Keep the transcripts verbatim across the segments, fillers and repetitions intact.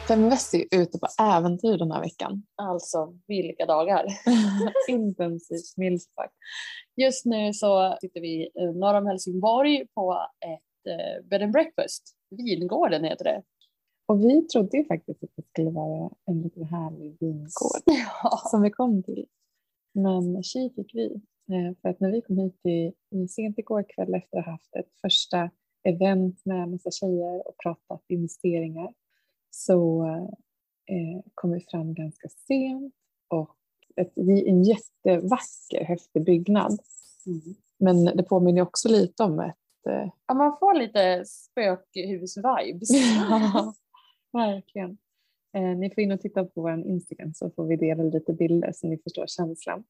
Feminvest är ute på äventyr den här veckan. Alltså, vilka dagar. Intensivt, milt sagt. Just nu så sitter vi norr om Helsingborg på ett eh, bed and breakfast. Vingården heter det. Och vi trodde ju faktiskt att det skulle vara en lite härlig vingård Ja. som vi kom till. Men tji fick vi. Eh, för att när vi kom hit i, i sent igår kväll efter att ha haft ett första event med en massa tjejer och pratat investeringar, så eh, kom vi fram ganska sent och ett, en jättevacker, häftig byggnad. Mm. Men det påminner också lite om ett... Eh... Ja, man får lite spökhus-vibes. Ja, verkligen. Eh, ni får in och titta på vår Instagram så får vi dela lite bilder så ni förstår känslan.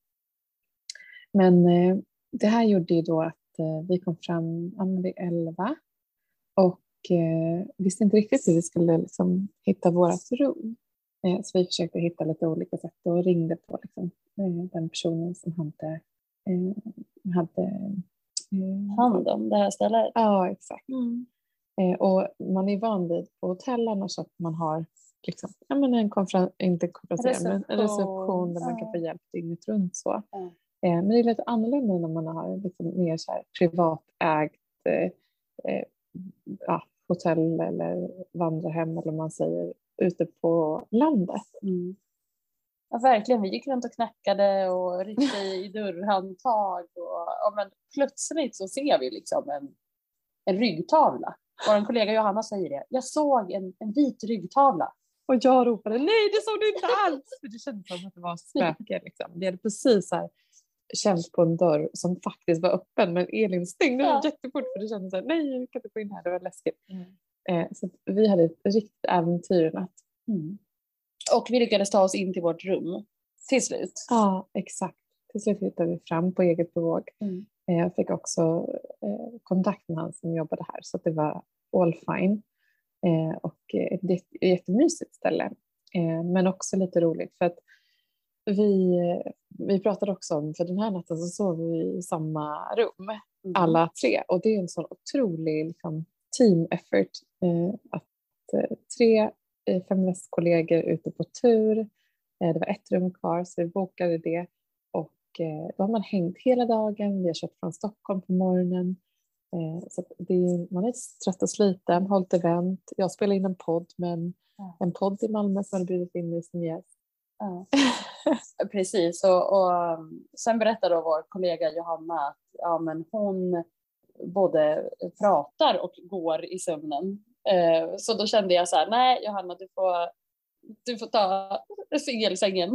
Men eh, det här gjorde ju då att eh, vi kom fram vid elva och eh, visste inte riktigt hur vi skulle liksom hitta vårat rum. Eh, så vi försökte hitta lite olika sätt och ringde på liksom, eh, den personen som hade, eh, hade eh, hand om det här stället. Ja, exakt. Mm. Eh, och man är van vid på hotell annars att man har liksom, ja, men en konferens, inte konferens, men en reception där man ja. kan få hjälp dygnet runt så. Ja. Men det är lite annorlunda när man har lite mer så här privatägt eh, ja, hotell eller vandrarhem eller man säger ute på landet. Mm. Ja, verkligen. Vi gick runt och knackade och ryckte i dörrhandtag. Och, och, men plötsligt så ser vi liksom en, en ryggtavla. Vår kollega Johanna säger det. Jag såg en, en vit ryggtavla. Och jag ropade, nej det såg du inte alls. För det kändes som att det var spöke. Liksom. Det hade precis här känt på en dörr som faktiskt var öppen, men Elin stängde den ja. jättefort för det kändes så här, nej jag kan inte gå in här, det var läskigt. Mm. Eh, så vi hade ett riktigt äventyr natt. Mm. Och vi lyckades ta oss in till vårt rum till slut. Ja, exakt. Till slut hittade vi fram på eget bevåg. Mm. Eh, jag fick också eh, kontakt med han som jobbade här så att det var all fine. Eh, och ett, ett jättemysigt ställe. Eh, men också lite roligt för att Vi, vi pratade också om, för den här natten så sov vi i samma rum, mm. alla tre. Och det är en sån otrolig liksom, team effort eh, att eh, tre eh, Feminvest-kollegor ute på tur. Eh, det var ett rum kvar så vi bokade det. Och eh, då har man hängt hela dagen, vi har kört från Stockholm på morgonen. Eh, så det är, man är trött och sliten, hållit event. Jag spelade in en podd med en, ja. en podd i Malmö som hade blivit in i sin gäst. Ja. Precis och, och sen berättade då vår kollega Johanna att ja, men hon både pratar och går i sömnen. Eh, så då kände jag så här, nej Johanna du får, du får ta singelsängen.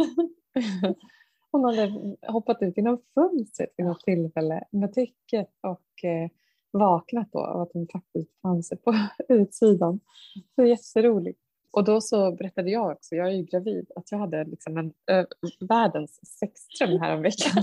Hon hade hoppat ut genom fönstret vid något tillfälle med täcket och eh, vaknat då och att hon faktiskt fann sig på utsidan. Det var jätteroligt. Och då så berättade jag också, jag är ju gravid, att jag hade liksom en ö, världens sexdröm här en vecka.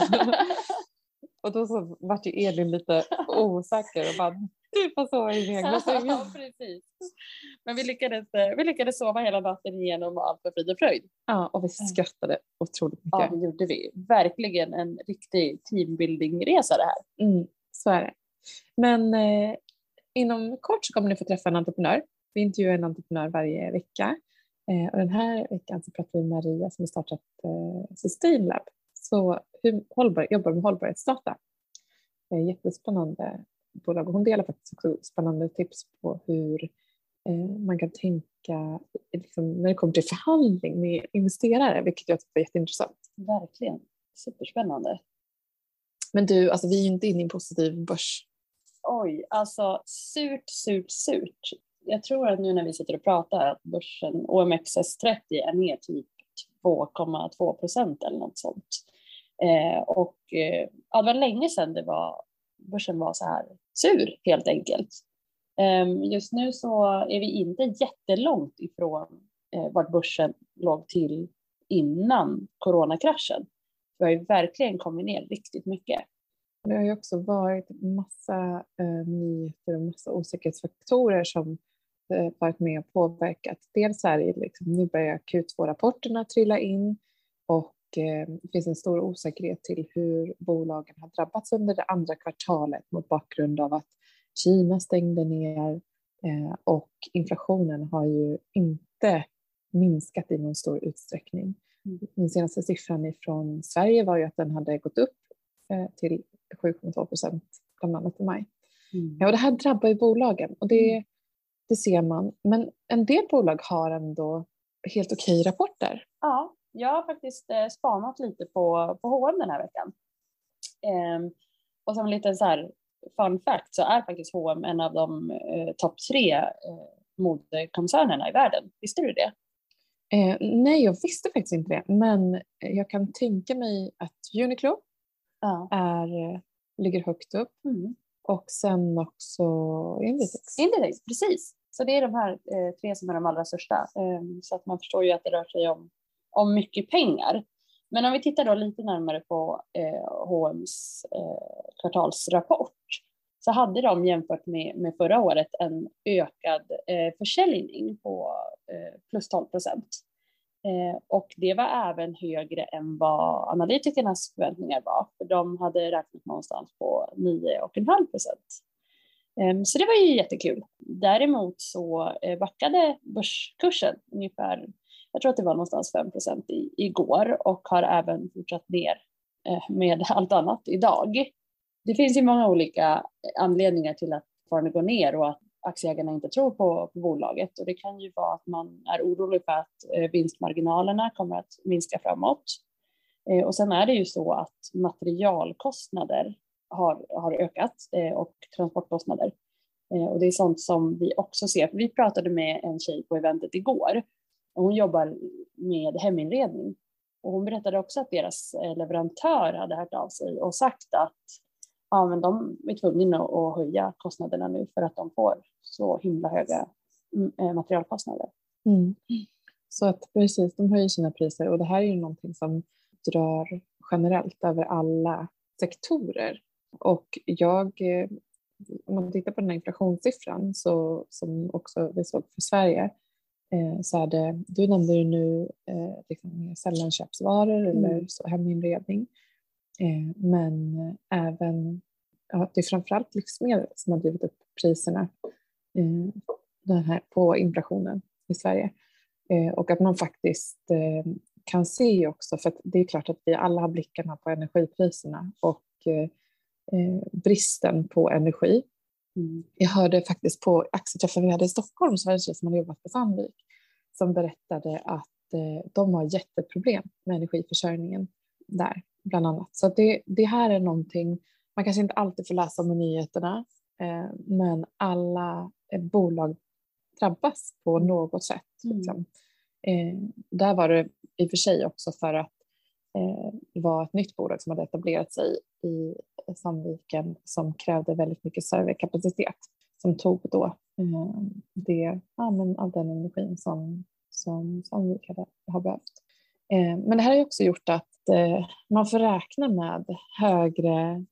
Och då så vart ju Elin lite osäker och bara, du får sova i din egna säng. Ja, precis. Men vi lyckades, vi lyckades sova hela natten igenom och allt var frid och fröjd. Ja, och vi skrattade otroligt mycket. Ja, det gjorde vi. Verkligen en riktig teambuilding-resa det här. Mm, så är det. Men eh, inom kort så kommer ni få träffa en entreprenör. Vi intervjuar en entreprenör varje vecka. Eh, och den här veckan så pratar vi med Maria som har startat eh, Sustainlab. Så hur hållbar, jobbar med hållbarhetsdata. Eh, jättespännande bolag. Och hon delar faktiskt också spännande tips på hur eh, man kan tänka liksom, när det kommer till förhandling med investerare. Vilket jag tycker är jätteintressant. Verkligen. Superspännande. Men du, alltså, vi är ju inte inne i en positiv börs. Oj, alltså surt, surt, surt. Jag tror att nu när vi sitter och pratar att börsen O M X S trettio är ner typ två komma två procent eller något sånt. Eh, och eh, ja, det var länge sedan det var, börsen var så här sur helt enkelt. Eh, just nu så är vi inte jättelångt ifrån eh, vart börsen låg till innan coronakraschen. Vi har ju verkligen kommit ner riktigt mycket. Det har ju också varit massa eh, nyheter och massa osäkerhetsfaktorer som eh, varit med och påverkat. Dels är det liksom, nu börjar Q två-rapporterna trilla in och eh, det finns en stor osäkerhet till hur bolagen har drabbats under det andra kvartalet mot bakgrund av att Kina stängde ner eh, och inflationen har ju inte minskat i någon stor utsträckning. Mm. Den senaste siffran från Sverige var ju att den hade gått upp eh, till sju komma två procent bland annat i maj. Mm. Ja, och det här drabbar ju bolagen och det, mm. det ser man. Men en del bolag har ändå helt okej rapporter. Ja, jag har faktiskt eh, spanat lite på, på H och M den här veckan. Eh, och som en liten så här fun fact så är faktiskt H och M en av de eh, topp tre eh, modekoncernerna i världen. Visste du det? Eh, nej, jag visste faktiskt inte det. Men jag kan tänka mig att Uniqlo ja. är, ligger högt upp. Mm. Och sen också Inditex. Inditex, precis. Så det är de här eh, tre som är de allra största. Eh, så att man förstår ju att det rör sig om, om mycket pengar. Men om vi tittar då lite närmare på eh, H och M's eh, kvartalsrapport. Så hade de jämfört med, med förra året en ökad eh, försäljning på eh, plus tolv procent. Eh, och det var även högre än vad analytikernas förväntningar var. För de hade räknat någonstans på nio komma fem procent. Eh, så det var ju jättekul. Däremot så eh, backade börskursen ungefär, jag tror att det var någonstans fem procent i, igår. Och har även fortsatt ner eh, med allt annat idag. Det finns ju många olika anledningar till att fortfarande går ner och att aktieägarna inte tror på, på bolaget. Och det kan ju vara att man är orolig för att eh, vinstmarginalerna kommer att minska framåt. Eh, och sen är det ju så att materialkostnader har, har ökat eh, och transportkostnader. Eh, och det är sånt som vi också ser. Vi pratade med en tjej på eventet igår. Och hon jobbar med heminredning. Och hon berättade också att deras eh, leverantör hade hört av sig och sagt att ja, men de är tvungna att höja kostnaderna nu för att de får så himla höga materialkostnader. Mm. Så att precis, de höjer sina priser och det här är ju någonting som drar generellt över alla sektorer. Och jag, om man tittar på den här inflationssiffran så, som också vi såg för Sverige, eh, så är det, du nämnde ju nu eh, liksom sällanköpsvaror mm. eller så heminredning. Eh, men även, ja, det är framförallt livsmedel som har drivit upp priserna eh, den här, på inflationen i Sverige. Eh, och att man faktiskt eh, kan se också, för att det är klart att vi alla har blickarna på energipriserna och eh, bristen på energi. Mm. Jag hörde faktiskt på aktieträffen vi hade i Stockholm, så var det en tjej som hade jobbat på Sandvik som berättade att eh, de har jätteproblem med energiförsörjningen där. Bland annat. Så det, det här är någonting, man kanske inte alltid får läsa om i nyheterna, eh, men alla eh, bolag drabbas på något sätt. Mm. Liksom. Eh, där var det i och för sig också för att eh, det var ett nytt bolag som hade etablerat sig i Sandviken som krävde väldigt mycket serverkapacitet. Som tog då eh, det, ja, men all den energin som, som Sandvik hade, har behövt. Eh, men det här har ju också gjort att man får räkna med högre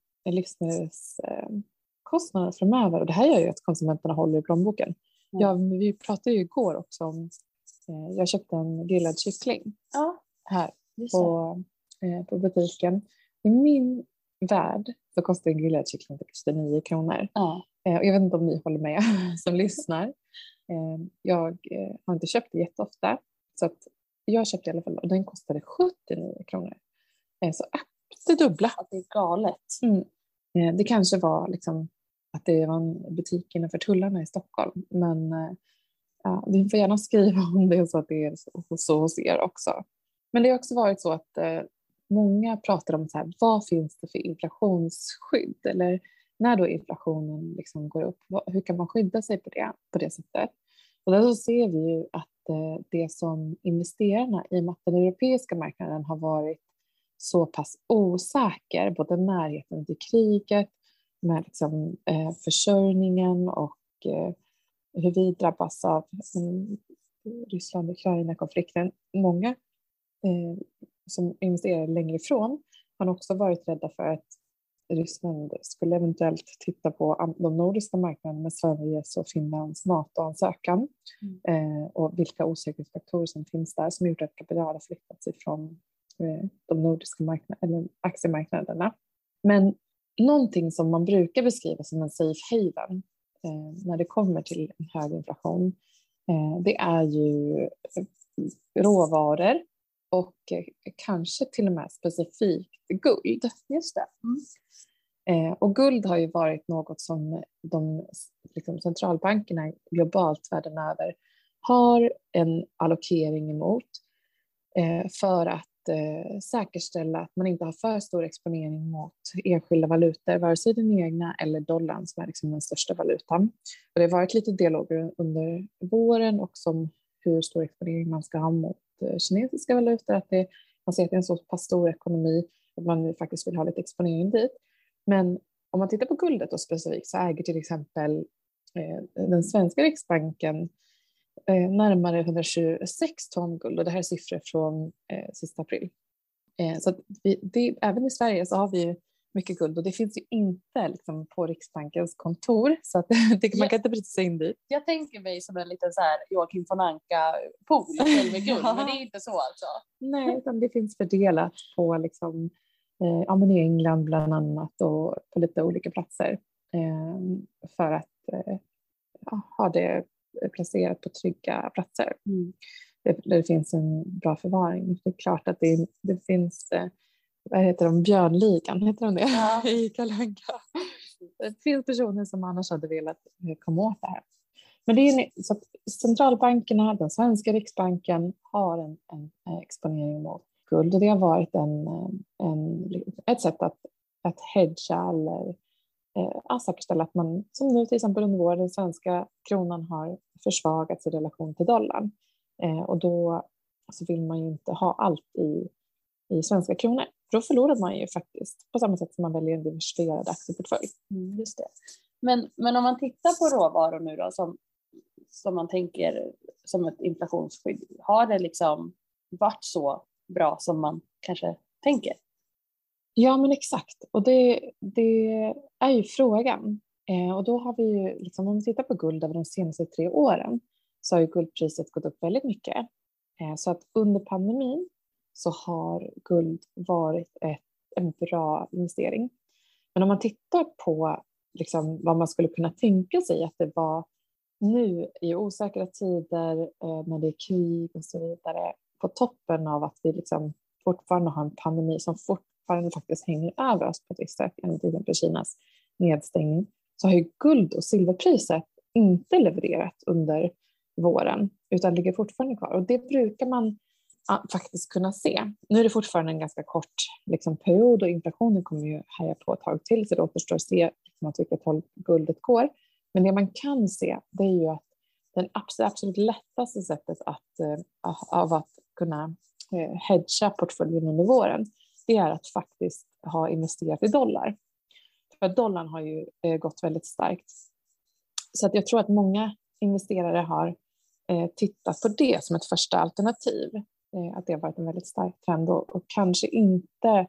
livsmedelskostnader framöver. Och det här gör ju att konsumenterna håller i plånboken. Mm. Ja, vi pratade ju igår också om, jag köpte en grillad kyckling ja, här på, på butiken. I min värld så kostar en grillad kyckling sextionio kronor. Ja. Och jag vet inte om ni håller med som lyssnar. Jag har inte köpt det jätteofta, så att jag köpte i alla fall och den kostade sjuttionio kronor. Så det dubbla. Att det är galet. Mm. Det kanske var liksom att det var en butik innanför tullarna i Stockholm. Men ja, vi får gärna skriva om det så att det är så, så hos er också. Men det har också varit så att eh, många pratar om så här, vad finns det för inflationsskydd? Eller när då inflationen liksom går upp, vad, hur kan man skydda sig på det, på det sättet? Och där så ser vi ju att eh, det som investerarna i den europeiska marknaden har varit så pass osäker, både närheten till kriget, med liksom, eh, försörjningen och eh, hur vi drabbas av um, Ryssland-Ukraina-konflikten. Många eh, som investerar längre ifrån har också varit rädda för att Ryssland skulle eventuellt titta på de nordiska marknaderna med Sveriges och Finlands NATO-ansökan mm. eh, och vilka osäkerhetsfaktorer som finns där som gjort att kapital har flyttats ifrån eh, de nordiska marknaderna, eller aktiemarknaderna. Men någonting som man brukar beskriva som en safe haven eh, när det kommer till en hög inflation, eh, det är ju råvaror och eh, kanske till och med specifikt guld. Just det. Mm. Eh, och guld har ju varit något som de liksom, centralbankerna globalt världen över har en allokering emot eh, för att eh, säkerställa att man inte har för stor exponering mot enskilda valutor, vare sig den egna eller dollarn som är liksom den största valutan. Och det har varit lite dialoger under våren också om hur stor exponering man ska ha mot eh, kinesiska valutor, att det, man ser att det är en så pass stor ekonomi att man faktiskt vill ha lite exponering dit. Men om man tittar på guldet och specifikt så äger till exempel eh, den svenska riksbanken eh, närmare etthundratjugosex ton guld och det här är siffror från eh, sista april. Eh, så att vi, det, även i Sverige så har vi ju mycket guld och det finns ju inte liksom, på Riksbankens kontor så att det, man kan inte bryta sig in dit. Jag tänker mig som en liten så här Joakim von Anka-pool med guld, men det är inte så alltså? Nej, utan det finns fördelat på liksom Eh, ja, men i England bland annat och på lite olika platser eh, för att eh, ja, ha det placerat på trygga platser. Mm. Det, det finns en bra förvaring. Det är klart att det, det finns, eh, vad heter de, Björnligan, heter de det? Ja. I Kalle Anka. Det finns personer som annars hade velat komma åt det här. Men det är så att centralbankerna, den svenska riksbanken har en, en exponering mot guld och det har varit en, en, ett sätt att, att hedga eller eh, säkerställa att man, som nu till exempel under våren, den svenska kronan har försvagats i relation till dollarn. Eh, och då så vill man ju inte ha allt i, i svenska kronor. För då förlorar man ju faktiskt på samma sätt som man väljer en diversifierad aktieportfölj. Mm, just det. Men, men om man tittar på råvaror nu då, som, som man tänker som ett inflationsskydd, har det liksom varit så bra som man kanske tänker? Ja, men exakt. Och det, det är ju frågan. Eh, och då har vi ju, liksom, om vi tittar på guld över de senaste tre åren så har ju guldpriset gått upp väldigt mycket. Eh, så att under pandemin så har guld varit ett, en bra investering. Men om man tittar på liksom, vad man skulle kunna tänka sig att det var nu i osäkra tider eh, när det är krig och så vidare, på toppen av att vi liksom fortfarande har en pandemi som fortfarande faktiskt hänger över oss på ett visst sätt, enligt till exempel Kinas nedstängning, så har ju guld- och silverpriset inte levererat under våren utan ligger fortfarande kvar. Och det brukar man ja, faktiskt kunna se. Nu är det fortfarande en ganska kort liksom, period och inflationen kommer ju härja på ett tag till, så det återstår att se liksom, att vilket håll guldet går. Men det man kan se, det är ju att det absolut, absolut lättaste sättet att, äh, av att kunna äh, hedga portföljen under våren, det är att faktiskt ha investerat i dollar. För dollarn har ju äh, gått väldigt starkt. Så att jag tror att många investerare har äh, tittat på det som ett första alternativ. Äh, att det har varit en väldigt stark trend och, och kanske inte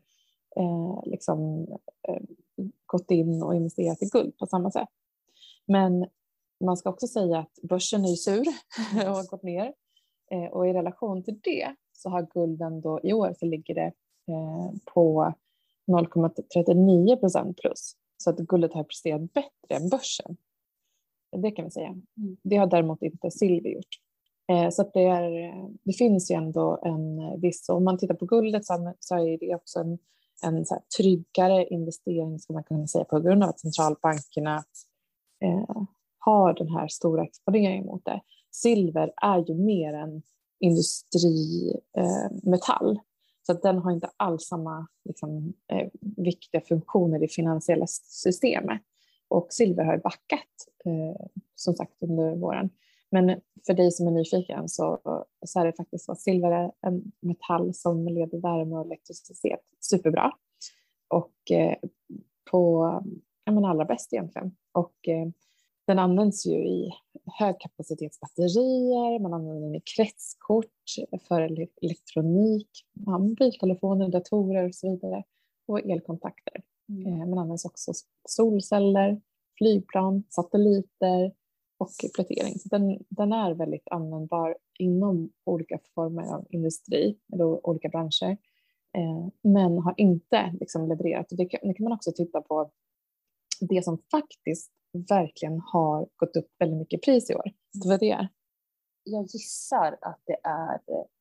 äh, liksom, äh, gått in och investerat i guld på samma sätt. Men man ska också säga att börsen är ju sur och har gått ner. Eh, och i relation till det så har gulden då i år så ligger det eh, på noll komma trettionio procent plus. Så att guldet har presterat bättre än börsen. Det kan vi säga. Mm. Det har däremot inte silver gjort. Eh, så att det, är, det finns ju ändå en viss, om man tittar på guldet så, så är det också en, en så här tryggare investering ska man kunna säga på grund av att centralbankerna eh, har den här stora exponeringen mot det. Silver är ju mer en industrimetall. Eh, så att den har inte alls samma liksom, eh, viktiga funktioner i det finansiella systemet. Och silver har ju backat eh, som sagt under våren. Men för dig som är nyfiken så, så är det faktiskt så att silver är en metall som leder värme och elektricitet superbra. Och eh, på ja, men allra bäst egentligen. Och eh, den används ju i högkapacitetsbatterier, man använder den i kretskort för elektronik, mobiltelefoner, datorer och så vidare och elkontakter. Mm. Man används också solceller, flygplan, satelliter och plätering. Så den, den är väldigt användbar inom olika former av industri eller olika branscher. Men har inte liksom levererat. Det kan, det kan man också titta på det som faktiskt verkligen har gått upp väldigt mycket pris i år. Så vad det är? Jag gissar att det är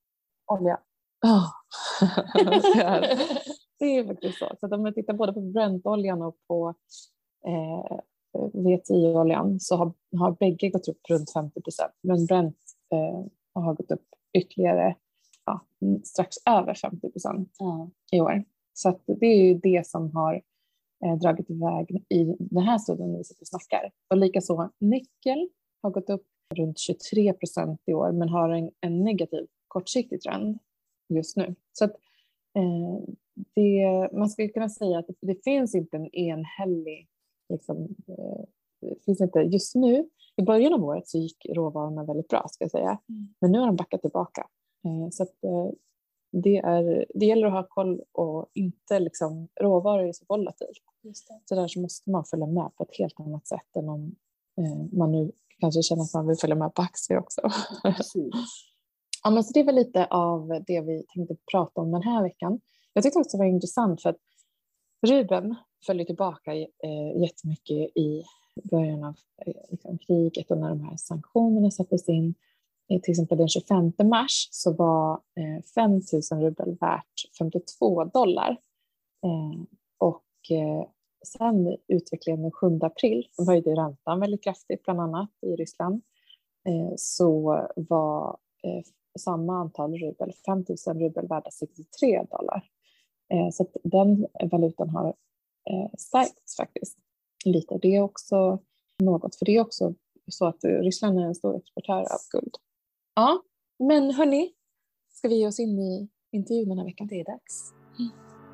olja. Oh. det, är, det är faktiskt så. Så att om man tittar både på Brent-oljan och på eh, V T I-oljan så har, har bägge gått upp runt femtio procent. Men Brent eh, har gått upp ytterligare ja, strax över femtio procent mm. i år. Så att det är ju det som har eh, dragit iväg i den här stunden när vi sitter och snackar. Och likaså nickel har gått upp runt tjugotre procent i år men har en, en negativ kortsiktig trend just nu. Så att eh, det, man skulle kunna säga att det, det finns inte en enhällig liksom, eh, det finns inte just nu. I början av året så gick råvarorna väldigt bra ska jag säga. Mm. Men nu har de backat tillbaka. Eh, så att eh, det, är, det gäller att ha koll och inte liksom, råvaror är så volatilt. Just det. Så där så måste man följa med på ett helt annat sätt än om eh, man nu kanske känner att man vill följa med på aktier också. Ja, men så det var lite av det vi tänkte prata om den här veckan. Jag tyckte också det var intressant för att rubeln följde tillbaka eh, jättemycket i början av eh, liksom, kriget och när de här sanktionerna sattes in. Eh, till exempel den tjugofemte mars så var eh, fem tusen rubel värt femtiotvå dollar. Eh, och eh, sen utvecklingen den sjunde april, de höjde räntan väldigt kraftigt bland annat i Ryssland, eh, så var eh, samma antal rubel, fem tusen rubel värda sextiotre dollar. Eh, så att den valutan har eh, stärkts faktiskt lite. Det är också något, för det är också så att Ryssland är en stor exportör av guld. Ja, men hörni, ska vi ge oss in i intervjun den här veckan? Det är dags. Mm.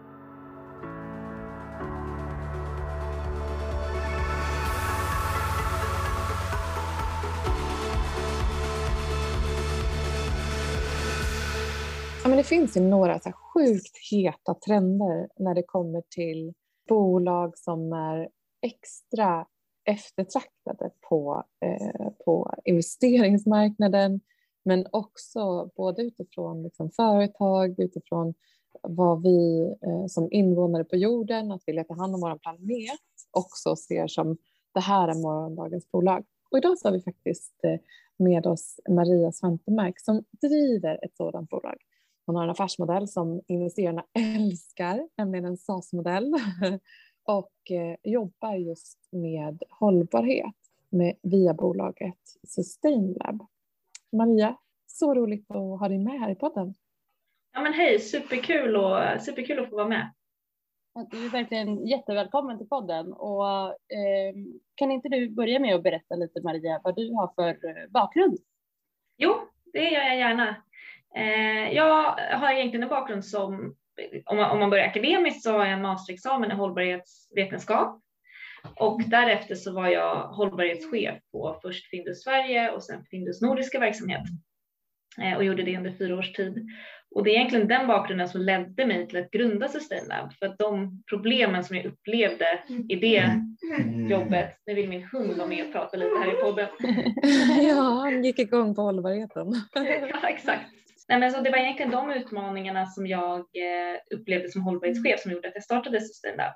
Ja, men det finns ju några så här sjukt heta trender när det kommer till bolag som är extra eftertraktade på, eh, på investeringsmarknaden, men också både utifrån liksom, företag, utifrån vad vi eh, som invånare på jorden, att vilja ta hand om vår planet, också ser som det här är morgondagens bolag. Och idag så har vi faktiskt eh, med oss Maria Svantemark som driver ett sådant bolag. Hon har en affärsmodell som investerarna älskar, nämligen en S A S-modell. Och eh, jobbar just med hållbarhet med, via bolaget Sustainlab. Maria, så roligt att ha dig med här i podden. Ja men hej, superkul, och, superkul att få vara med. Du är verkligen jättevälkommen till podden. Och, eh, kan inte du börja med att berätta lite, Maria, vad du har för bakgrund? Jo, det gör jag gärna. Eh, jag har egentligen en bakgrund som, om man, om man börjar akademiskt, så har jag en masterexamen i hållbarhetsvetenskap. Och därefter så var jag hållbarhetschef på först Findus Sverige och sen Findus nordiska verksamhet. Eh, och gjorde det under fyra års tid. Och det är egentligen den bakgrunden som ledde mig till att grunda Sustainlab. För att de problemen som jag upplevde i det jobbet, nu vill min hund vara med och prata lite här i podden. Ja, han gick igång på hållbarheten. Ja, exakt. Nej, men så det var egentligen de utmaningarna som jag eh, upplevde som hållbarhetschef som gjorde att jag startade Sustainlab.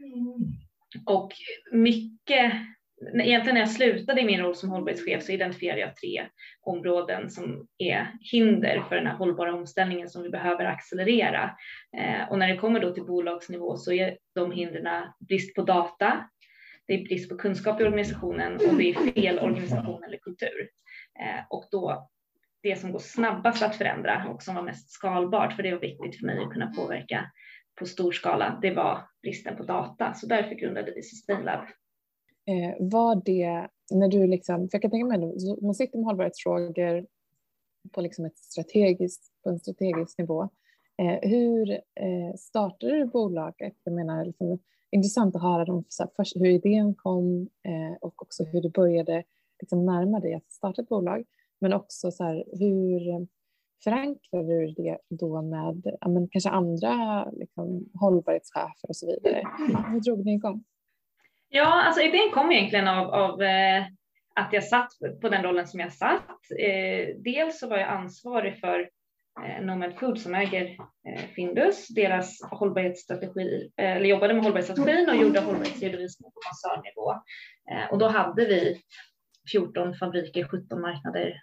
Och mycket, egentligen när jag slutade i min roll som hållbarhetschef så identifierade jag tre områden som är hinder för den här hållbara omställningen som vi behöver accelerera. Eh, och när det kommer då till bolagsnivå så är de hindren brist på data, det är brist på kunskap i organisationen och det är fel organisation eller kultur. Eh, och då det som går snabbast att förändra och som var mest skalbart, för det var viktigt för mig att kunna påverka på stor skala, det var bristen på data. Så därför grundade vi Sustainlab. Eh, var det, när du liksom, för jag kan tänka mig, man sitter med hållbarhetsfrågor på liksom ett strategiskt, på en strategisk nivå. Eh, hur eh, startade du bolaget? Jag menar, liksom, intressant att höra om så här, först, hur idén kom eh, och också hur du började liksom, närma dig att starta ett bolag. Men också så här, hur förankrade du det då med ja, men kanske andra liksom, hållbarhetschefer och så vidare? Hur drog ni igång? Ja, alltså idén kom egentligen av, av eh, att jag satt på den rollen som jag satt. Eh, dels så var jag ansvarig för eh, Nomad Food som äger eh, Findus, deras hållbarhetsstrategi, eh, eller jobbade med hållbarhetsstrategin och gjorde hållbarhetsredovisning på koncernnivå. Eh, och då hade vi fjorton fabriker, sjutton marknader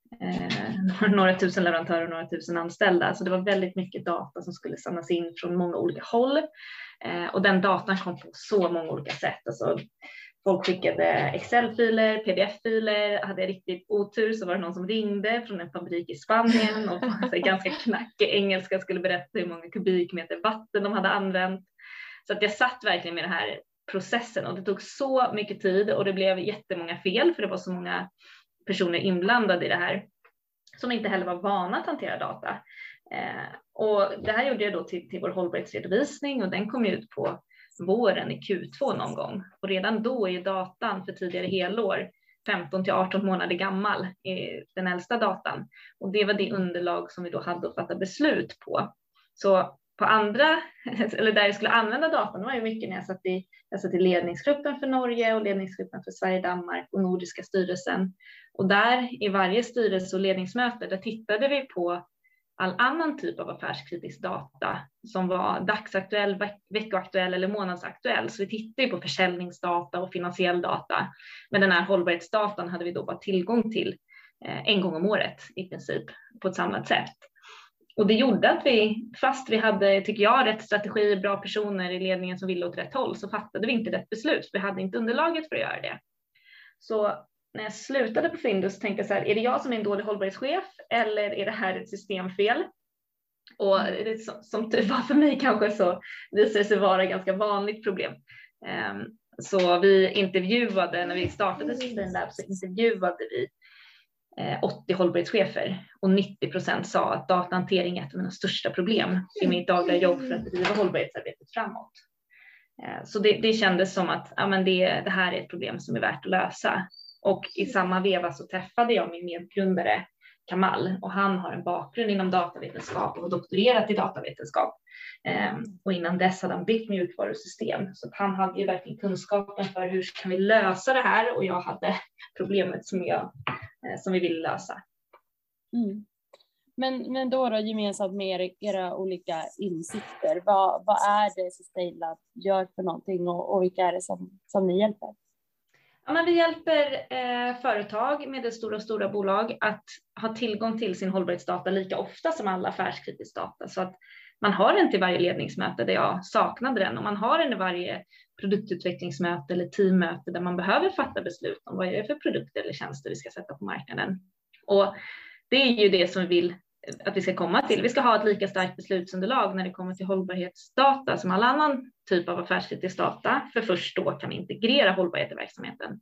eh, några tusen leverantörer och några tusen anställda. Så det var väldigt mycket data som skulle samlas in från många olika håll. Eh, och den datan kom på så många olika sätt. Alltså, folk skickade Excel-filer, P D F-filer. Hade jag riktigt otur så var det någon som ringde från en fabrik i Spanien och på ganska knackig engelska skulle berätta hur många kubikmeter vatten de hade använt. Så att jag satt verkligen med den här processen och det tog så mycket tid och det blev jättemånga fel för det var så många personer inblandade i det här som inte heller var vana att hantera data. Eh, och det här gjorde jag då till, till vår hållbarhetsredovisning och den kom ut på våren i Q två någon gång. Och redan då är datan för tidigare helår femton till arton månader gammal, i den äldsta datan. Och det var det underlag som vi då hade att fatta beslut på. Så på andra, eller där jag skulle använda datan var ju mycket när jag satt i, jag satt i ledningsgruppen för Norge och ledningsgruppen för Sverige, Danmark och Nordiska styrelsen. Och där i varje styrelse och ledningsmöte, där tittade vi på all annan typ av affärskritisk data som var dagsaktuell, veck- veckoaktuell eller månadsaktuell. Så vi tittade på försäljningsdata och finansiell data. Men den här hållbarhetsdatan hade vi då bara tillgång till eh, en gång om året i princip på ett samlat sätt. Och det gjorde att vi, fast vi hade, tycker jag, rätt strategi, bra personer i ledningen som ville åt rätt håll, så fattade vi inte rätt beslut. Vi hade inte underlaget för att göra det. Så när jag slutade på Findus så tänkte jag så här, är det jag som är en dålig hållbarhetschef eller är det här ett systemfel? Och det, som tur var för mig kanske så visade det sig vara ett ganska vanligt problem. Så vi intervjuade, när vi startade Sustain Lab så intervjuade vi åttio hållbarhetschefer och nittio procent sa att datahantering är ett av mina största problem i mitt dagliga jobb för att driva hållbarhetsarbetet framåt. Så det, det kändes som att ja, men det, det här är ett problem som är värt att lösa. Och i samma veva så träffade jag min medgrundare Kamal och han har en bakgrund inom datavetenskap och har doktorerat i datavetenskap. Och innan dess hade han byggt mjukvarusystem. Så han hade ju verkligen kunskapen för hur kan vi lösa det här och jag hade problemet som, jag, som vi ville lösa. Mm. Men, men då, då gemensamt med era olika insikter, vad, vad är det Sustain Lab gör för någonting och, och vilka är det som, som ni hjälper? Ja, men vi hjälper eh, företag med det stora och stora bolag att ha tillgång till sin hållbarhetsdata lika ofta som alla affärskritisk data. Så att man har den till varje ledningsmöte där jag saknade den och man har den i varje produktutvecklingsmöte eller teammöte där man behöver fatta beslut om vad är det för produkter eller tjänster vi ska sätta på marknaden. Och det är ju det som vi vill att vi ska komma till. Vi ska ha ett lika starkt beslutsunderlag när det kommer till hållbarhetsdata som all annan typ av affärskritisk data. För först då kan vi integrera hållbarhet i verksamheten.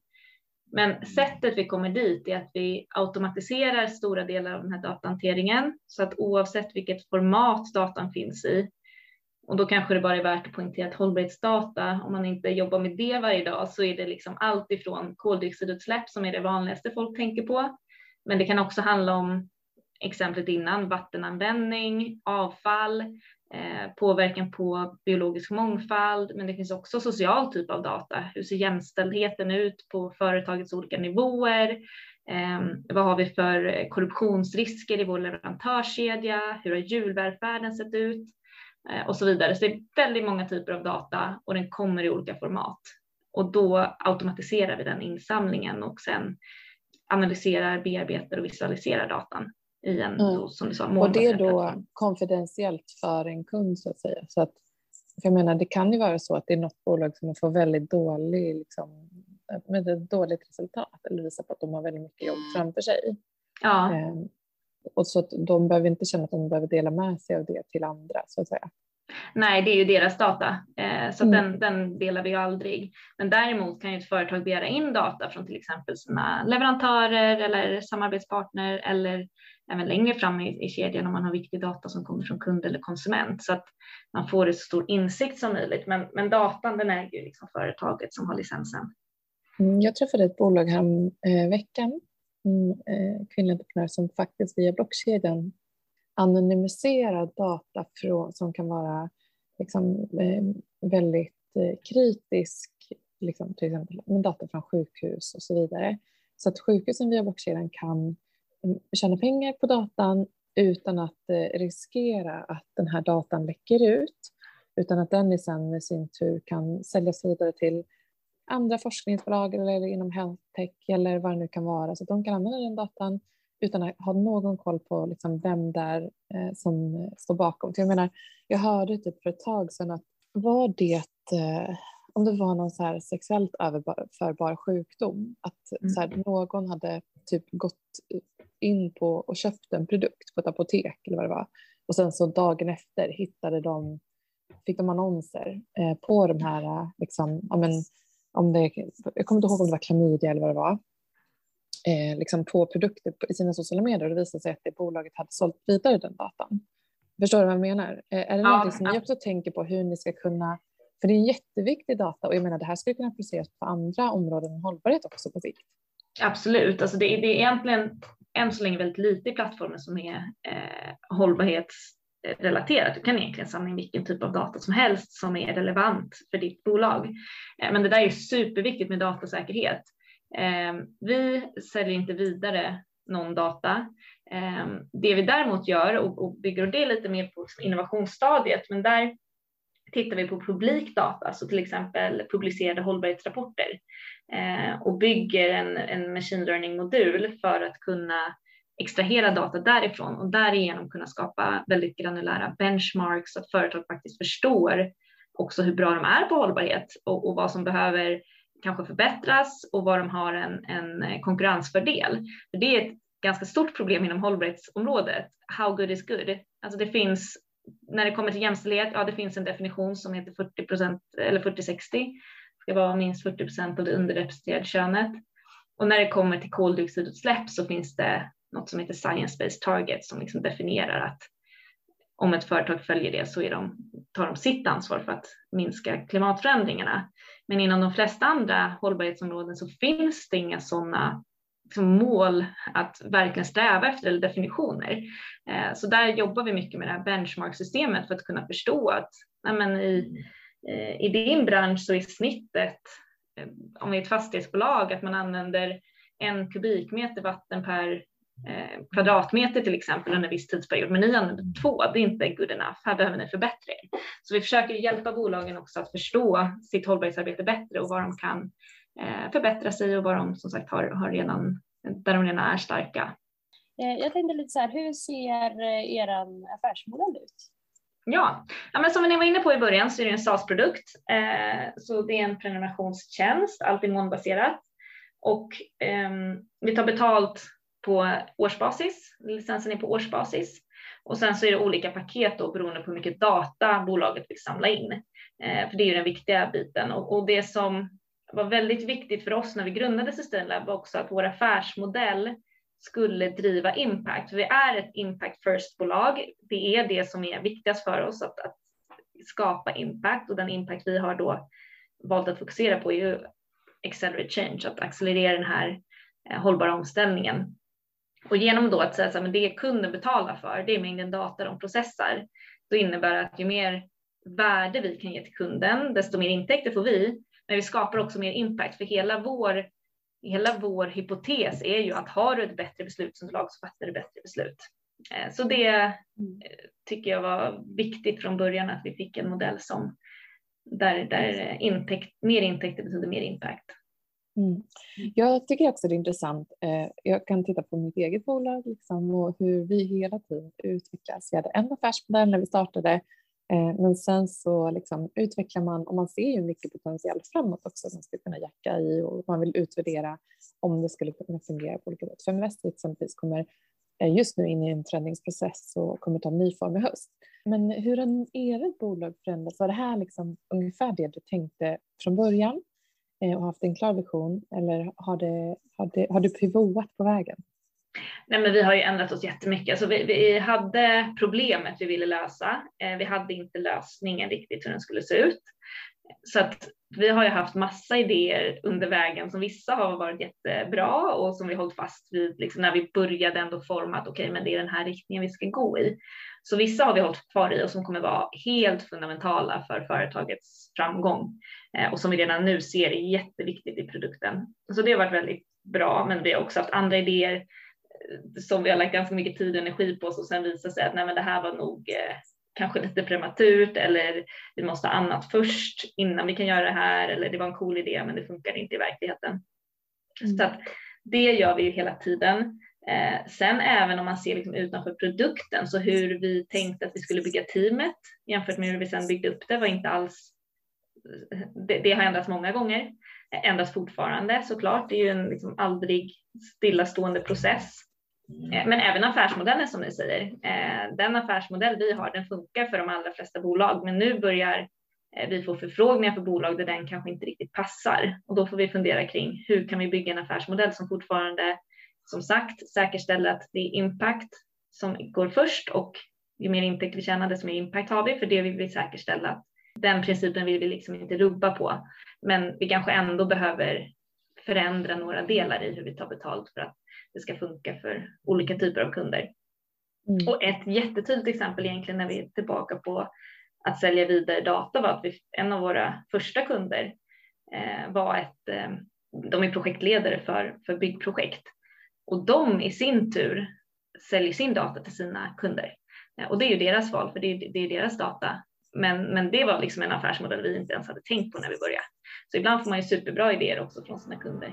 Men sättet vi kommer dit är att vi automatiserar stora delar av den här datahanteringen. Så att oavsett vilket format datan finns i. Och då kanske det bara är värt att poängtera att hållbarhetsdata, om man inte jobbar med det varje dag så är det liksom allt ifrån koldioxidutsläpp som är det vanligaste folk tänker på. Men det kan också handla om exemplet innan, vattenanvändning, avfall, eh, påverkan på biologisk mångfald, men det finns också social typ av data. Hur ser jämställdheten ut på företagets olika nivåer? Eh, vad har vi för korruptionsrisker i vår leverantörskedja? Hur har djurvälfärden sett ut? Eh, och så vidare. Så det är väldigt många typer av data och den kommer i olika format. Och då automatiserar vi den insamlingen och sen analyserar, bearbetar och visualiserar datan. I en, mm. då, som du sa, och det är då konfidentiellt för en kund så att säga. Så att, för jag menar, det kan ju vara så att det är något bolag som får väldigt dålig, liksom, med ett dåligt resultat eller visar på att de har väldigt mycket jobb framför sig. Ja. Eh, och så att de behöver inte känna att de behöver dela med sig av det till andra så att säga. Nej, det är ju deras data, eh, så mm. den, den delar vi ju aldrig. Men däremot kan ju ett företag begära in data från till exempel sina leverantörer eller samarbetspartner eller även längre fram i, i kedjan om man har viktig data som kommer från kund eller konsument. Så att man får så stor insikt som möjligt. Men, men datan den äger ju liksom företaget som har licensen. Mm, jag träffade ett bolag här eh, veckan, mm, eh, kvinnliga entreprenörer som faktiskt via blockkedjan anonymiserar data från, som kan vara liksom, eh, väldigt eh, kritisk, liksom, till exempel med data från sjukhus och så vidare. Så att sjukhusen via blockkedjan kan tjäna pengar på datan utan att eh, riskera att den här datan läcker ut, utan att den i sen i sin tur kan säljas vidare till andra forskningsbolag eller inom health tech eller vad det nu kan vara. Så att de kan använda den datan utan att ha någon koll på liksom vem där eh, som står bakom. Så jag menar, jag hörde typ för ett tag sedan att var det eh, om det var någon så här sexuellt överförbar sjukdom, att mm. så här, någon hade typ gått in på och köpt en produkt på ett apotek eller vad det var, och sen så dagen efter hittade de, fick de annonser eh, på de här liksom, ja, men, om det, jag kommer inte ihåg om det var klamydia eller vad det var, eh, liksom på produkter på, i sina sociala medier, och det visade sig att det bolaget hade sålt vidare den datan. Förstår du vad jag menar? Eh, är det ja, någonting som ja. ni också tänker på, hur ni ska kunna, för det är en jätteviktig data, och jag menar det här skulle kunna appliceras på andra områden än hållbarhet också på sikt. Absolut, alltså det, det är egentligen än så länge väldigt lite i plattformen som är eh, hållbarhetsrelaterat. Du kan egentligen samla in vilken typ av data som helst som är relevant för ditt bolag. Eh, men det där är superviktigt med datasäkerhet. Eh, vi säljer inte vidare någon data. Eh, det vi däremot gör, och, och bygger det lite mer på innovationsstadiet, men där tittar vi på publik data, så till exempel publicerade hållbarhetsrapporter, eh, och bygger en, en machine learning-modul för att kunna extrahera data därifrån och därigenom kunna skapa väldigt granulära benchmarks så att företag faktiskt förstår också hur bra de är på hållbarhet och, och vad som behöver kanske förbättras och vad de har en, en konkurrensfördel. För det är ett ganska stort problem inom hållbarhetsområdet. How good is good? Alltså det finns, när det kommer till jämställdhet, ja det finns en definition som heter fyrtio procent eller fyrtio sextio. Det ska vara minst fyrtio procent av det underrepresenterade könet. Och när det kommer till koldioxidutsläpp så finns det något som heter science-based targets som liksom definierar att om ett företag följer det så är de, tar de sitt ansvar för att minska klimatförändringarna. Men inom de flesta andra hållbarhetsområden så finns det inga sådana liksom mål att verkligen sträva efter eller definitioner. Så där jobbar vi mycket med det här benchmark-systemet för att kunna förstå att nej men i, i din bransch så är snittet, om vi är ett fastighetsbolag, att man använder en kubikmeter vatten per eh, kvadratmeter till exempel under en viss tidsperiod, men ni använder två, det är inte good enough, här behöver ni förbättra er. Så vi försöker hjälpa bolagen också att förstå sitt hållbarhetsarbete bättre och vad de kan eh, förbättra sig och vad de som sagt har, har redan, där de redan är starka. Jag tänkte lite så här, hur ser er affärsmodell ut? Ja, ja men som ni var inne på i början så är det en SaaS-produkt. Eh, så det är en prenumerationstjänst, alltid molnbaserat. Och eh, vi tar betalt på årsbasis, licensen är på årsbasis. Och sen så är det olika paket då beroende på hur mycket data bolaget vill samla in. Eh, för det är ju den viktiga biten. Och, och det som var väldigt viktigt för oss när vi grundade Sustainlab var också att vår affärsmodell skulle driva impact. För vi är ett impact first-bolag. Det är det som är viktigast för oss, att, att skapa impact. Och den impact vi har då valt att fokusera på är ju accelerate change, att accelerera den här eh, hållbara omställningen. Och genom då att säga så här, men det kunden betalar för, det är mängden data de processar. Då innebär det att ju mer värde vi kan ge till kunden, desto mer intäkter får vi. Men vi skapar också mer impact, för hela vår Hela vår hypotes är ju att har du ett bättre beslutsunderlag så fattar du bättre beslut. Så det tycker jag var viktigt från början, att vi fick en modell som där, där intäkt, mer intäkter betyder mer impact. Mm. Jag tycker också det är intressant. Jag kan titta på mitt eget bolag liksom, och hur vi hela tiden utvecklas. Vi hade en affärsmodell när vi startade. Men sen så liksom utvecklar man, och man ser ju mycket potential framåt också som man skulle kunna jacka i, och man vill utvärdera om det skulle kunna fungera på olika sätt. Feminvest exempelvis kommer just nu in i en förändringsprocess och kommer ta en ny form i höst. Men hur har ert bolag förändrats? Var det här liksom ungefär det du tänkte från början och haft en klar vision, eller har, det, har, det, har du pivotat på vägen? Nej, men vi har ju ändrat oss jättemycket. Alltså vi, vi hade problemet vi ville lösa. Eh, vi hade inte lösningen riktigt hur den skulle se ut. Så att vi har ju haft massa idéer under vägen som vissa har varit jättebra och som vi hållit fast vid liksom när vi började ändå forma att okej, okay, men det är den här riktningen vi ska gå i. Så vissa har vi hållit kvar i och som kommer vara helt fundamentala för företagets framgång eh, och som vi redan nu ser är jätteviktigt i produkten. Så det har varit väldigt bra, men vi har också haft andra idéer som vi har lagt ganska mycket tid och energi på, och sen visar sig att nej, men det här var nog eh, kanske lite prematurt, eller vi måste ha annat först innan vi kan göra det här, eller det var en cool idé men det funkar inte i verkligheten. Mm. Så att det gör vi ju hela tiden. Eh, sen även om man ser liksom utanför produkten, så hur vi tänkte att vi skulle bygga teamet jämfört med hur vi sen byggde upp det var inte alls, det, det har ändrats många gånger, ändras fortfarande såklart, det är ju en liksom aldrig stillastående process. Eh, men även affärsmodellen som ni säger, eh, den affärsmodell vi har, den funkar för de allra flesta bolag, men nu börjar eh, vi få förfrågningar för bolag där den kanske inte riktigt passar, och då får vi fundera kring hur kan vi bygga en affärsmodell som fortfarande, som sagt, säkerställer att det är impact som går först, och ju mer intäkt vi tjänar desto mer impact har vi, för det vill vi säkerställa. Den principen vill vi liksom inte rubba på, men vi kanske ändå behöver förändra några delar i hur vi tar betalt för att det ska funka för olika typer av kunder. Mm. Och ett jättetydligt exempel egentligen när vi är tillbaka på att sälja vidare data var att vi, en av våra första kunder eh, var ett, eh, de är projektledare för, för byggprojekt. Och de i sin tur säljer sin data till sina kunder. Och det är ju deras val, för det är, det är deras data. Men, men det var liksom en affärsmodell vi inte ens hade tänkt på när vi började. Så ibland får man ju superbra idéer också från sina kunder.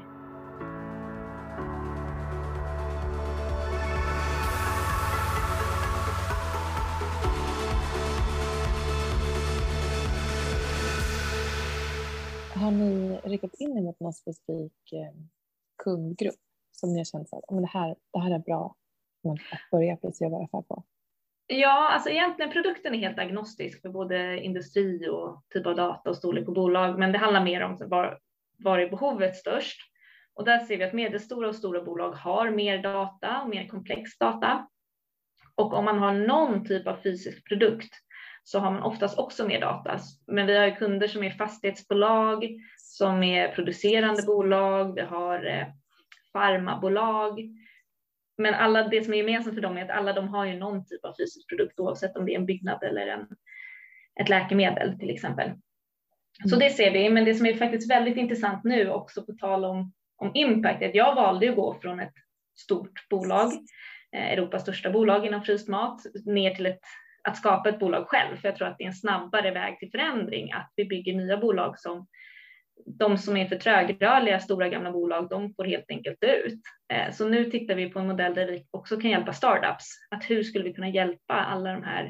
Har ni riktat in er mot någon specifik kundgrupp som ni har känt att det här, det här är bra att börja precis göra affär på? Ja, alltså egentligen produkten är helt agnostisk för både industri och typ av data och storlek på bolag, men det handlar mer om var, var är behovet störst. Och där ser vi att medelstora och stora bolag har mer data och mer komplex data. Och om man har någon typ av fysisk produkt så har man oftast också mer data. Men vi har ju kunder som är fastighetsbolag, som är producerande bolag, vi har eh, farmabolag. Men alla, det som är gemensamt för dem är att alla de har ju någon typ av fysisk produkt, oavsett om det är en byggnad eller en, ett läkemedel till exempel. Mm. Så det ser vi, men det som är faktiskt väldigt intressant nu också på tal om, om impact, är att jag valde att gå från ett stort bolag, eh, Europas största bolag inom fryst mat, ner till ett, att skapa ett bolag själv. För jag tror att det är en snabbare väg till förändring, att vi bygger nya bolag som de som är för trögrörliga, stora gamla bolag, de får helt enkelt dö ut. Så nu tittar vi på en modell där vi också kan hjälpa startups. Att hur skulle vi kunna hjälpa alla de här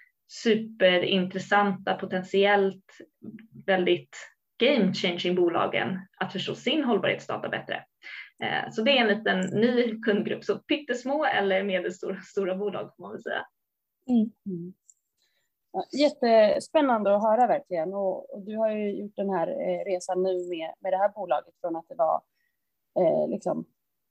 superintressanta, potentiellt väldigt game-changing bolagen att förstå sin hållbarhetsdata bättre. Så det är en liten ny kundgrupp. Så pyttesmå eller medelstora stora bolag får man väl säga. Mm. Mm. Ja, jättespännande att höra verkligen, och, och du har ju gjort den här eh, resan nu med, med det här bolaget från att det var eh, liksom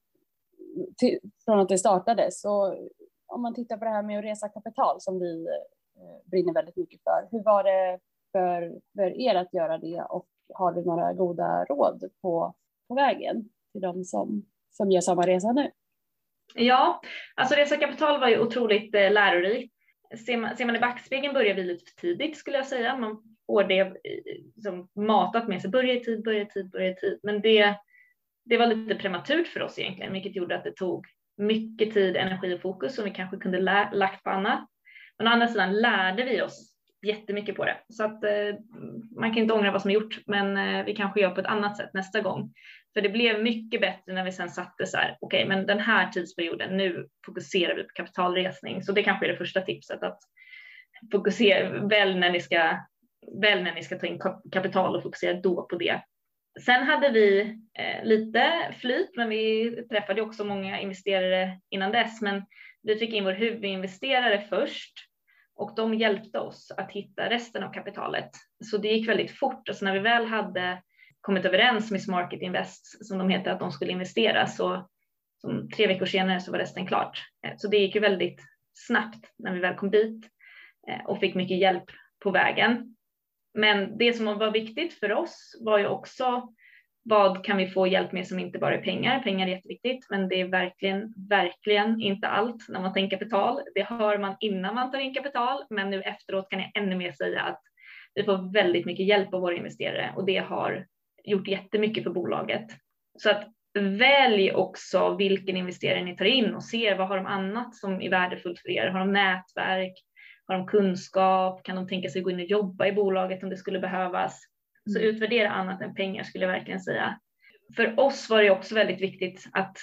till, från att det startades. Så om man tittar på det här med att resa kapital som vi eh, brinner väldigt mycket för, hur var det för, för er att göra det, och har du några goda råd på, på vägen till de som, som gör samma resa nu? Ja, alltså resa kapital var ju otroligt eh, lärorikt. Ser man, ser man i backspegeln börjar vi lite för tidigt skulle jag säga. Man får det som matat med sig. Börja i tid, börja i tid, börja i tid. Men det, det var lite prematurt för oss egentligen. Vilket gjorde att det tog mycket tid, energi och fokus som vi kanske kunde lä- lagt på annat. Men å andra sidan lärde vi oss jättemycket på det. Så att eh, man kan inte ångra vad som är gjort. Men eh, vi kanske gör på ett annat sätt nästa gång. För det blev mycket bättre när vi sen satte så här, okej, okay, men den här tidsperioden, nu fokuserar vi på kapitalresning. Så det kanske är det första tipset, att fokusera väl när ni ska, väl när ni ska ta in kapital och fokusera då på det. Sen hade vi eh, lite flyt, men vi träffade också många investerare innan dess. Men vi fick in vår huvudinvesterare först och de hjälpte oss att hitta resten av kapitalet. Så det gick väldigt fort. Alltså när vi väl hade kommit överens med Smarket Invest, som de heter, att de skulle investera, så som tre veckor senare så var resten klart. Så det gick ju väldigt snabbt när vi väl kom dit och fick mycket hjälp på vägen. Men det som var viktigt för oss var ju också, vad kan vi få hjälp med som inte bara är pengar? Pengar är jätteviktigt, men det är verkligen, verkligen inte allt när man tar in kapital. Det hör man innan man tar in kapital, men nu efteråt kan jag ännu mer säga att vi får väldigt mycket hjälp av våra investerare, och det har gjort jättemycket för bolaget. Så att välj också vilken investerare ni tar in och ser vad har de annat som är värdefullt för er. Har de nätverk? Har de kunskap? Kan de tänka sig gå in och jobba i bolaget om det skulle behövas? Så utvärdera annat än pengar skulle jag verkligen säga. För oss var det också väldigt viktigt att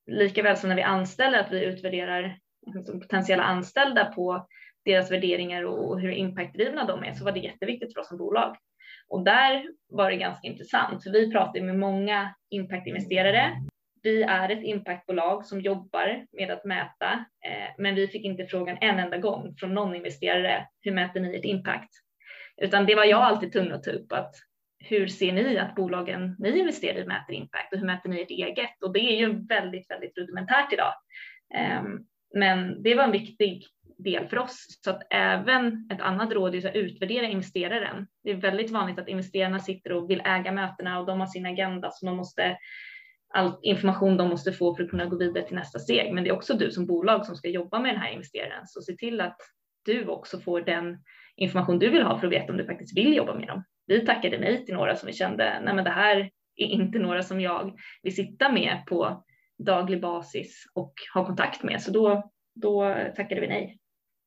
lika väl som när vi anställer, att vi utvärderar liksom, potentiella anställda på deras värderingar och hur impactdrivna de är, så var det jätteviktigt för oss som bolag. Och där var det ganska intressant, för vi pratar med många impactinvesterare. Vi är ett impactbolag som jobbar med att mäta, eh, men vi fick inte frågan en enda gång från någon investerare, hur mäter ni ert impact? Utan det var jag alltid tvungen att ta upp, att hur ser ni att bolagen ni investerar i mäter impact och hur mäter ni ert eget? Och det är ju väldigt, väldigt rudimentärt idag. Eh, men det var en viktig del för oss. Så att även ett annat råd är att utvärdera investeraren. Det är väldigt vanligt att investerarna sitter och vill äga mötena och de har sin agenda, så de måste all information de måste få för att kunna gå vidare till nästa steg. Men det är också du som bolag som ska jobba med den här investeraren. Så se till att du också får den information du vill ha för att veta om du faktiskt vill jobba med dem. Vi tackade nej till några som vi kände, nej men det här är inte några som jag vill sitta med på daglig basis och ha kontakt med. Så då, då tackade vi nej.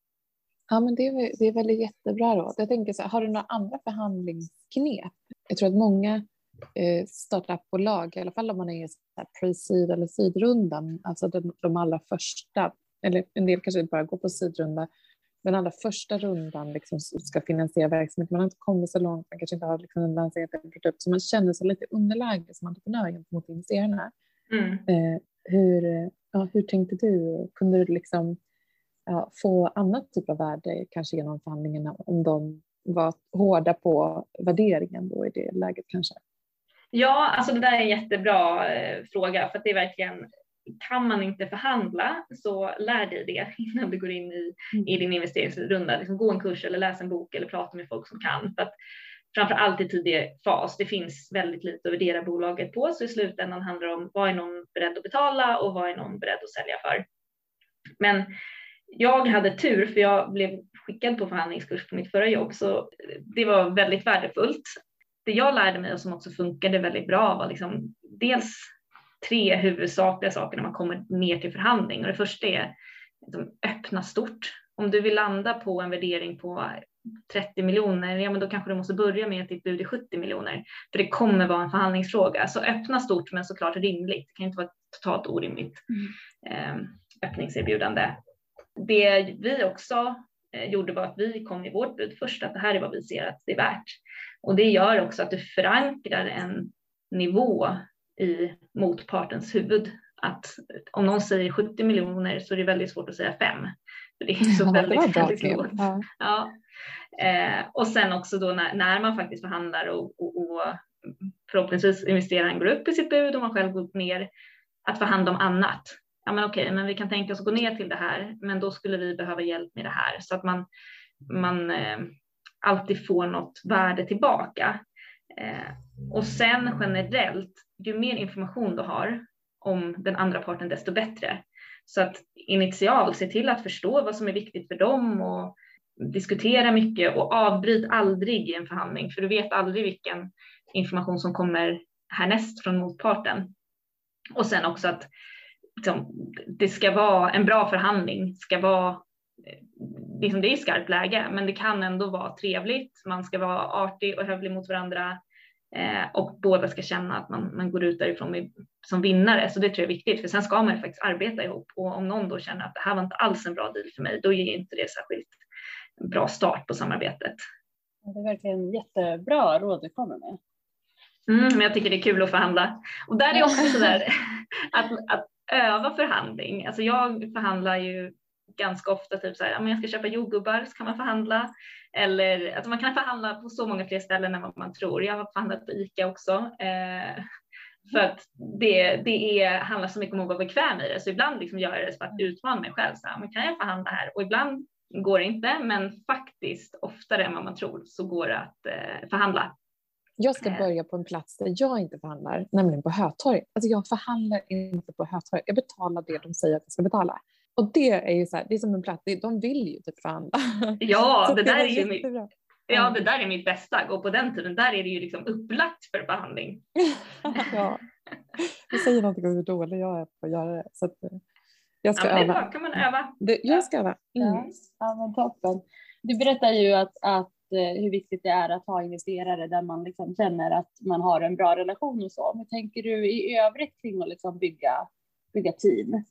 Ja, men det är, det är väldigt jättebra råd. Jag tänker så här, har du några andra förhandlingsknep? Jag tror att många eh, startupbolag, i alla fall om man är i pre-seed eller seed-rundan, alltså de, de allra första, eller en del kanske bara går på seed-runda, den allra första rundan liksom ska finansiera verksamhet. Man har inte kommit så långt, man kanske inte har liksom en lanserat en produkt, så man känner sig lite underläge som entreprenör gentemot investerarna. Mm. Eh, hur, ja, hur tänkte du? Kunde du liksom ja, få annat typ av värde kanske genom förhandlingarna om de var hårda på värderingen då i det läget kanske? Ja, alltså det där är en jättebra eh, fråga, för att det är verkligen, kan man inte förhandla så lär dig det innan du går in i, mm. i din investeringsrunda. Liksom gå en kurs eller läsa en bok eller prata med folk som kan. För att framförallt i tidig fas, det finns väldigt lite att värdera bolaget på, så i slutändan handlar det om vad är någon beredd att betala och vad är någon beredd att sälja för. Men jag hade tur, för jag blev skickad på förhandlingskurs på mitt förra jobb, så det var väldigt värdefullt. Det jag lärde mig och som också funkade väldigt bra var liksom dels tre huvudsakliga saker när man kommer ner till förhandling. Och det första är liksom öppna stort. Om du vill landa på en värdering på trettio miljoner, ja men då kanske du måste börja med att ditt bud är sjuttio miljoner. För det kommer vara en förhandlingsfråga. Så öppna stort, men såklart rimligt. Det kan inte vara totalt orimligt mm. öppningserbjudande. Det vi också gjorde var att vi kom i vårt bud först, att det här är vad vi ser att det är värt. Och det gör också att du förankrar en nivå i motpartens huvud. Att om någon säger sjuttio miljoner så är det väldigt svårt att säga fem. För det är så ja, väldigt, väldigt lågt. Ja. Ja. Eh, och sen också då när, när man faktiskt förhandlar och, och, och förhoppningsvis investeraren går upp i sitt bud och man själv går upp ner, att förhandla om annat. Ja men okej, men vi kan tänka oss att gå ner till det här, men då skulle vi behöva hjälp med det här. Så att man, man eh, alltid får något värde tillbaka. Eh, och sen generellt, ju mer information du har om den andra parten, desto bättre. Så att initialt se till att förstå vad som är viktigt för dem och diskutera mycket och avbryt aldrig i en förhandling. För du vet aldrig vilken information som kommer härnäst från motparten. Och sen också att liksom, det ska vara en bra förhandling, ska vara liksom, det är i skarpt läge, men det kan ändå vara trevligt. Man ska vara artig och hövlig mot varandra. Eh, och båda ska känna att man, man går ut därifrån med, som vinnare. Så det tror jag är viktigt, för sen ska man faktiskt arbeta ihop. Och om någon då känner att det här var inte alls en bra deal för mig, då ger inte det särskilt en bra start på samarbetet. Det är verkligen jättebra råd du kommer med. Mm, men jag tycker det är kul att förhandla. Och där är också så där att, att öva förhandling. Alltså jag förhandlar ju ganska ofta typ så här, om jag ska köpa jordgubbar så kan man förhandla. Eller alltså man kan förhandla på så många fler ställen än vad man tror. Jag har förhandlat på ICA också. Eh, för att det, det är, handlar så mycket om att vara bekväm i det. Så ibland liksom gör jag det för att utmana mig själv. Så här, men kan jag förhandla här? Och ibland går det inte. Men faktiskt oftare än vad man tror så går det att eh, förhandla. Jag ska börja på en plats där jag inte förhandlar, nämligen på Hötorg. Alltså jag förhandlar inte på Hötorg. Jag betalar det de säger att jag ska betala. Och det är ju så här, det är som en plats, de vill ju typ förhandla. Ja, det, det där är ju mitt, ja, det där är mitt bästa. Och på den tiden, där är det ju liksom upplagt för förhandling. Ja, det säger någonting om hur dålig jag är på att göra det. Så att jag ska ja, men öva. Det är bra, kan man öva. Det, jag ska öva. Mm. Ja, ja, men toppen. Du berättar ju att, att hur viktigt det är att ha investerare där man liksom känner att man har en bra relation och så. Men tänker du i övrigt kring att liksom bygga bygga team?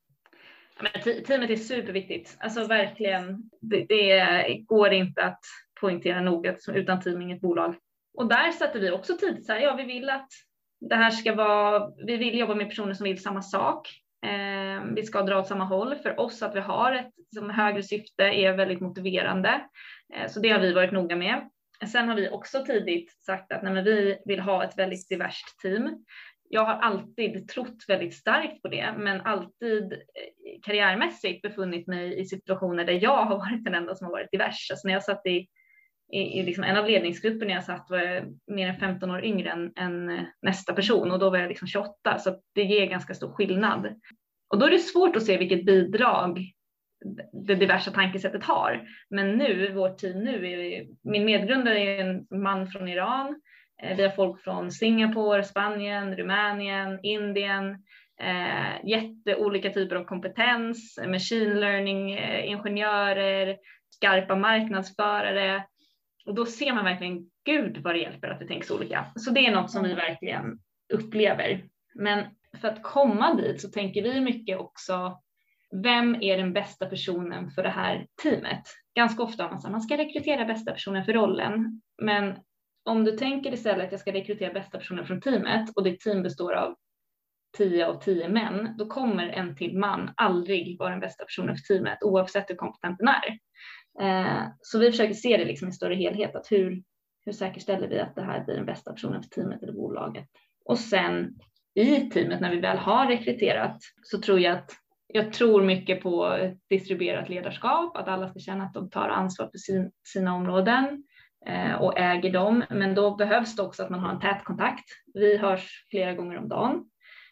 Ja, men teamet är superviktigt. Alltså verkligen, det, det går inte att poängtera nog att utan team inget bolag. Och där sätter vi också tidigt så här, ja vi vill att det här ska vara, vi vill jobba med personer som vill samma sak. Eh, vi ska dra åt samma håll. För oss att vi har ett som högre syfte är väldigt motiverande. Eh, så det har vi varit noga med. Sen har vi också tidigt sagt att nej, men vi vill ha ett väldigt diverst team. Jag har alltid trott väldigt starkt på det, men alltid karriärmässigt befunnit mig i situationer där jag har varit den enda som har varit divers. Alltså när jag satt i, i, i liksom en av ledningsgrupperna jag satt var jag mer än femton år yngre än, än nästa person och då var jag liksom tjugoåtta, så det ger ganska stor skillnad. Och då är det svårt att se vilket bidrag det diversa tankesättet har. Men nu, vårt team nu, är, min medgrundare är en man från Iran. Vi har folk från Singapore, Spanien, Rumänien, Indien. Eh, jätteolika typer av kompetens, machine learning, eh, ingenjörer, skarpa marknadsförare. Och då ser man verkligen, gud vad det hjälper att det tänks olika. Så det är något som vi verkligen upplever. Men för att komma dit så tänker vi mycket också, vem är den bästa personen för det här teamet? Ganska ofta man säger man ska rekrytera bästa personen för rollen. Men om du tänker istället att jag ska rekrytera bästa personen från teamet och ditt team består av tio av tio män, då kommer en till man aldrig vara den bästa personen för teamet oavsett hur kompetent den är. Eh, så vi försöker se det liksom i större helhet, att hur, hur säkerställer vi att det här blir den bästa personen för teamet eller bolaget. Och sen i teamet när vi väl har rekryterat så tror jag att jag tror mycket på ett distribuerat ledarskap, att alla ska känna att de tar ansvar för sin, sina områden och äger dem, men då behövs det också att man har en tät kontakt. Vi hörs flera gånger om dagen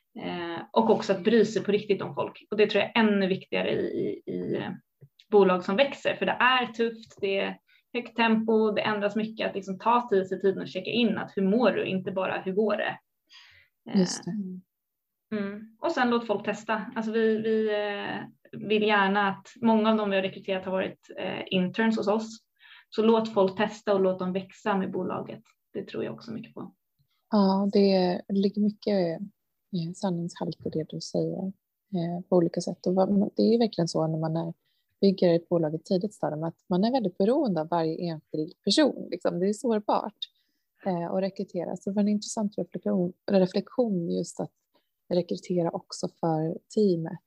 och också att bry sig på riktigt om folk, och det tror jag är ännu viktigare i, i, i bolag som växer, för det är tufft, det är högt tempo, det ändras mycket, att liksom ta tid sig tiden och checka in att hur mår du, inte bara hur går det. Just det. Mm. Och sen låt folk testa. Alltså vi, vi vill gärna att många av dem vi har rekryterat har varit interns hos oss. Så låt folk testa och låt dem växa med bolaget. Det tror jag också mycket på. Ja, det ligger mycket sanningshalt i det du säger på olika sätt. Och det är ju verkligen så när man är, bygger ett bolag i tidigt stadium att man är väldigt beroende av varje enskild person. Liksom. Det är sårbart att rekrytera. Så det var en intressant reflektion, reflektion just att rekrytera också för teamet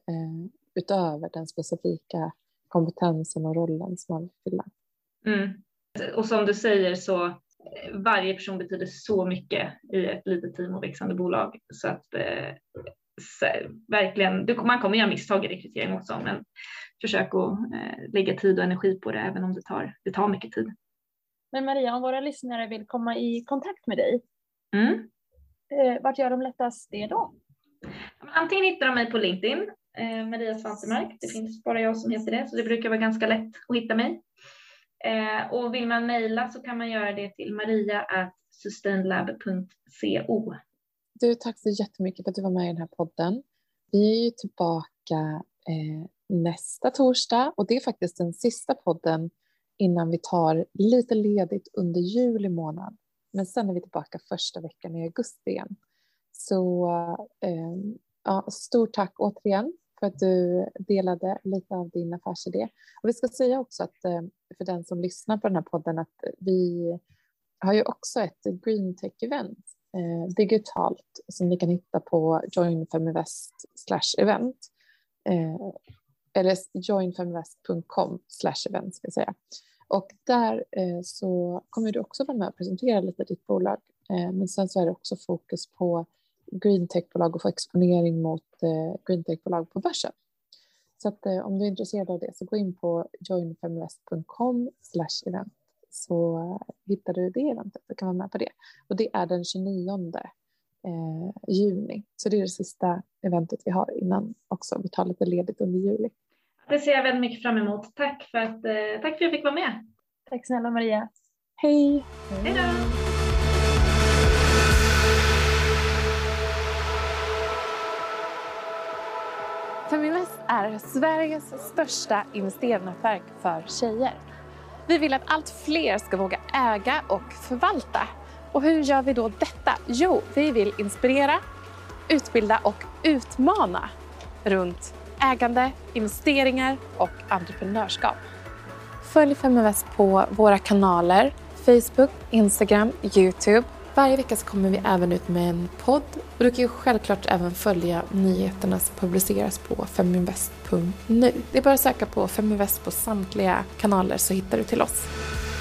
utöver den specifika kompetensen och rollen som man vill fylla. Mm. Och som du säger så varje person betyder så mycket i ett litet team och växande bolag, så att eh, så, verkligen, man kommer göra misstag i rekrytering också, men försök att eh, lägga tid och energi på det även om det tar, det tar mycket tid. Men Maria, om våra lyssnare vill komma i kontakt med dig, mm. eh, vart gör de lättast det då? Antingen hittar de mig på LinkedIn, eh, Maria Svansemark, det finns bara jag som heter det, så det brukar vara ganska lätt att hitta mig. Eh, och vill man mejla så kan man göra det till maria at sustainlab punkt co. Du, tack så jättemycket för att du var med i den här podden. Vi är ju tillbaka eh, nästa torsdag, och det är faktiskt den sista podden innan vi tar lite ledigt under juli månad. Men sen är vi tillbaka första veckan i augusti igen. Så eh, ja, stort tack återigen för att du delade lite av din affärsidé. Och vi ska säga också att eh, för den som lyssnar på den här podden att vi har ju också ett Green Tech event eh, digitalt som ni kan hitta på join feminvest slash event eh, eller join feminvest punkt com slash event ska jag säga. Och där eh, så kommer du också vara med och presentera lite ditt bolag, eh, men sen så är det också fokus på green tech-bolag och få exponering mot eh, green tech-bolag på börsen. Så att, eh, om du är intresserad av det så gå in på join feminvest punkt com slash event så eh, hittar du det eventet och kan vara med på det. Och det är den tjugonionde eh, juni. Så det är det sista eventet vi har innan också vi tar lite ledigt under juli. Det ser jag väldigt mycket fram emot. Tack för att, eh, tack för att jag fick vara med. Tack snälla Maria. Hej! Hej då! Feminvest är Sveriges största investeringsnätverk för tjejer. Vi vill att allt fler ska våga äga och förvalta. Och hur gör vi då detta? Jo, vi vill inspirera, utbilda och utmana runt ägande, investeringar och entreprenörskap. Följ Feminvest på våra kanaler Facebook, Instagram, YouTube. Varje vecka så kommer vi även ut med en podd och du kan ju självklart även följa nyheterna som publiceras på feminvest punkt nu. Det är bara att söka på Feminvest på samtliga kanaler så hittar du till oss.